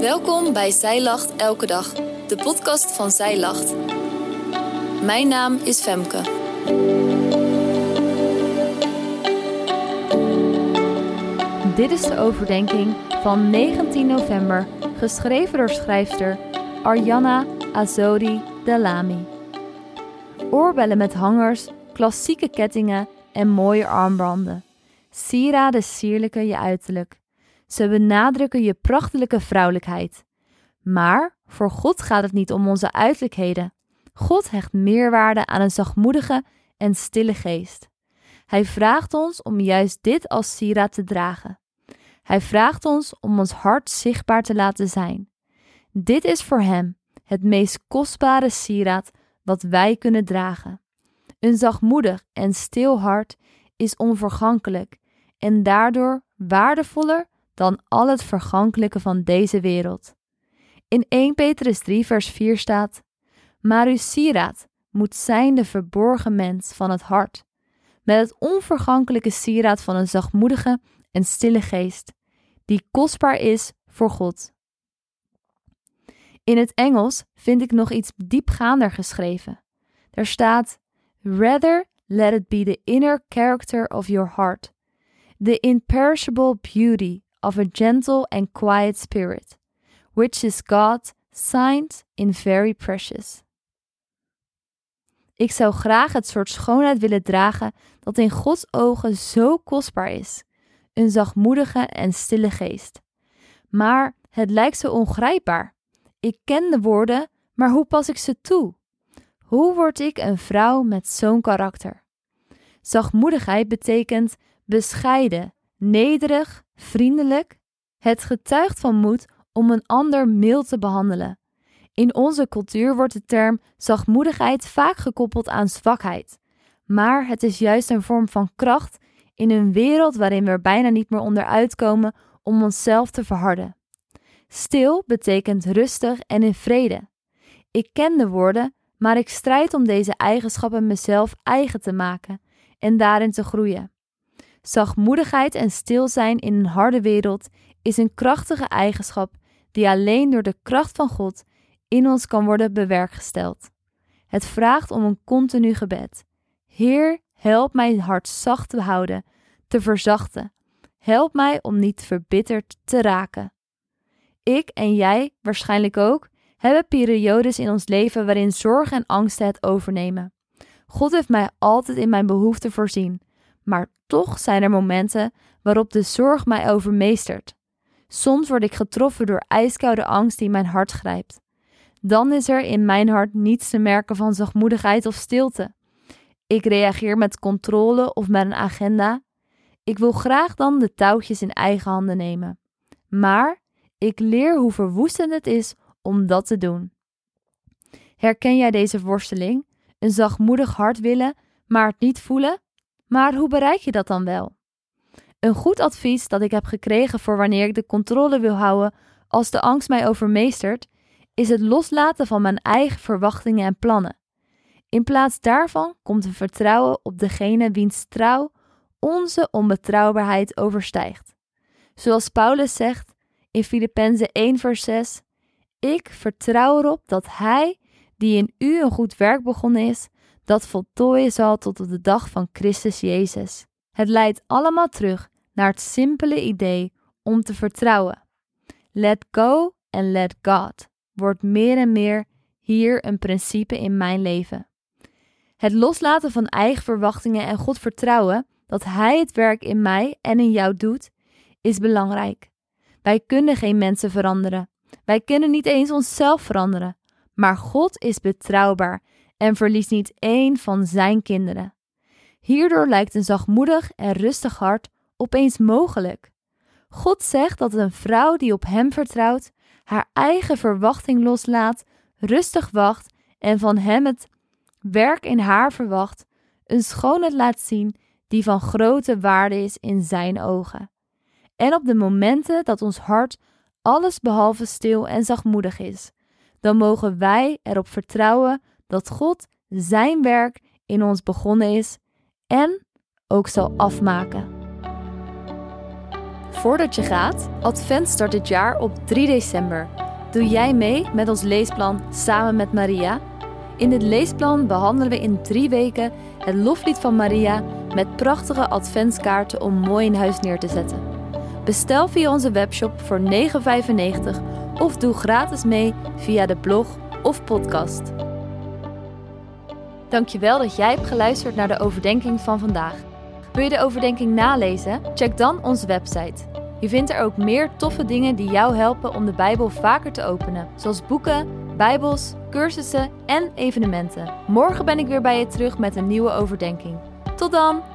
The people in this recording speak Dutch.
Welkom bij Zij Lacht Elke Dag, de podcast van Zij Lacht. Mijn naam is Femke. Dit is de overdenking van 19 november, geschreven door schrijfster Arianna Azodi Delamy. Oorbellen met hangers, klassieke kettingen en mooie armbanden. Sieraden sierlijken je uiterlijk. Ze benadrukken je prachtelijke vrouwelijkheid. Maar voor God gaat het niet om onze uiterlijkheden. God hecht meerwaarde aan een zachtmoedige en stille geest. Hij vraagt ons om juist dit als sieraad te dragen. Hij vraagt ons om ons hart zichtbaar te laten zijn. Dit is voor hem het meest kostbare sieraad wat wij kunnen dragen. Een zachtmoedig en stil hart is onvergankelijk en daardoor waardevoller dan al het vergankelijke van deze wereld. In 1 Petrus 3 vers 4 staat: maar uw sieraad moet zijn de verborgen mens van het hart, met het onvergankelijke sieraad van een zachtmoedige en stille geest, die kostbaar is voor God. In het Engels vind ik nog iets diepgaander geschreven. Er staat: rather let it be the inner character of your heart, the imperishable beauty of a gentle and quiet spirit, which is God signed in very precious. Ik zou graag het soort schoonheid willen dragen dat in Gods ogen zo kostbaar is, een zachtmoedige en stille geest. Maar het lijkt zo ongrijpbaar. Ik ken de woorden, maar hoe pas ik ze toe? Hoe word ik een vrouw met zo'n karakter? Zachtmoedigheid betekent bescheiden, nederig, vriendelijk. Het getuigt van moed om een ander mild te behandelen. In onze cultuur wordt de term zachtmoedigheid vaak gekoppeld aan zwakheid. Maar het is juist een vorm van kracht in een wereld waarin we er bijna niet meer onderuit komen om onszelf te verharden. Stil betekent rustig en in vrede. Ik ken de woorden, maar ik strijd om deze eigenschappen mezelf eigen te maken en daarin te groeien. Zachtmoedigheid en stil zijn in een harde wereld is een krachtige eigenschap die alleen door de kracht van God in ons kan worden bewerkstelligd. Het vraagt om een continu gebed. Heer, help mij hart zacht te houden, te verzachten. Help mij om niet verbitterd te raken. Ik en jij, waarschijnlijk ook, hebben periodes in ons leven waarin zorg en angsten het overnemen. God heeft mij altijd in mijn behoeften voorzien, maar toch zijn er momenten waarop de zorg mij overmeestert. Soms word ik getroffen door ijskoude angst die mijn hart grijpt. Dan is er in mijn hart niets te merken van zachtmoedigheid of stilte. Ik reageer met controle of met een agenda. Ik wil graag dan de touwtjes in eigen handen nemen. Maar ik leer hoe verwoestend het is om dat te doen. Herken jij deze worsteling? Een zachtmoedig hart willen, maar het niet voelen? Maar hoe bereik je dat dan wel? Een goed advies dat ik heb gekregen voor wanneer ik de controle wil houden als de angst mij overmeestert, is het loslaten van mijn eigen verwachtingen en plannen. In plaats daarvan komt een vertrouwen op degene wiens trouw onze onbetrouwbaarheid overstijgt. Zoals Paulus zegt in Filippenzen 1 vers 6, ik vertrouw erop dat Hij, die in u een goed werk begonnen is, dat voltooien zal tot op de dag van Christus Jezus. Het leidt allemaal terug naar het simpele idee om te vertrouwen. Let go and let God wordt meer en meer hier een principe in mijn leven. Het loslaten van eigen verwachtingen en God vertrouwen dat Hij het werk in mij en in jou doet, is belangrijk. Wij kunnen geen mensen veranderen. Wij kunnen niet eens onszelf veranderen. Maar God is betrouwbaar en verliest niet één van zijn kinderen. Hierdoor lijkt een zachtmoedig en rustig hart opeens mogelijk. God zegt dat een vrouw die op hem vertrouwt, haar eigen verwachting loslaat, rustig wacht en van hem het werk in haar verwacht, een schoonheid laat zien die van grote waarde is in zijn ogen. En op de momenten dat ons hart alles behalve stil en zachtmoedig is, dan mogen wij erop vertrouwen dat God zijn werk in ons begonnen is en ook zal afmaken. Voordat je gaat, Advent start dit jaar op 3 december. Doe jij mee met ons leesplan Samen met Maria? In dit leesplan behandelen we in 3 weken het loflied van Maria met prachtige adventskaarten om mooi in huis neer te zetten. Bestel via onze webshop voor €9,95 of doe gratis mee via de blog of podcast. Dankjewel dat jij hebt geluisterd naar de overdenking van vandaag. Wil je de overdenking nalezen? Check dan onze website. Je vindt er ook meer toffe dingen die jou helpen om de Bijbel vaker te openen. Zoals boeken, bijbels, cursussen en evenementen. Morgen ben ik weer bij je terug met een nieuwe overdenking. Tot dan!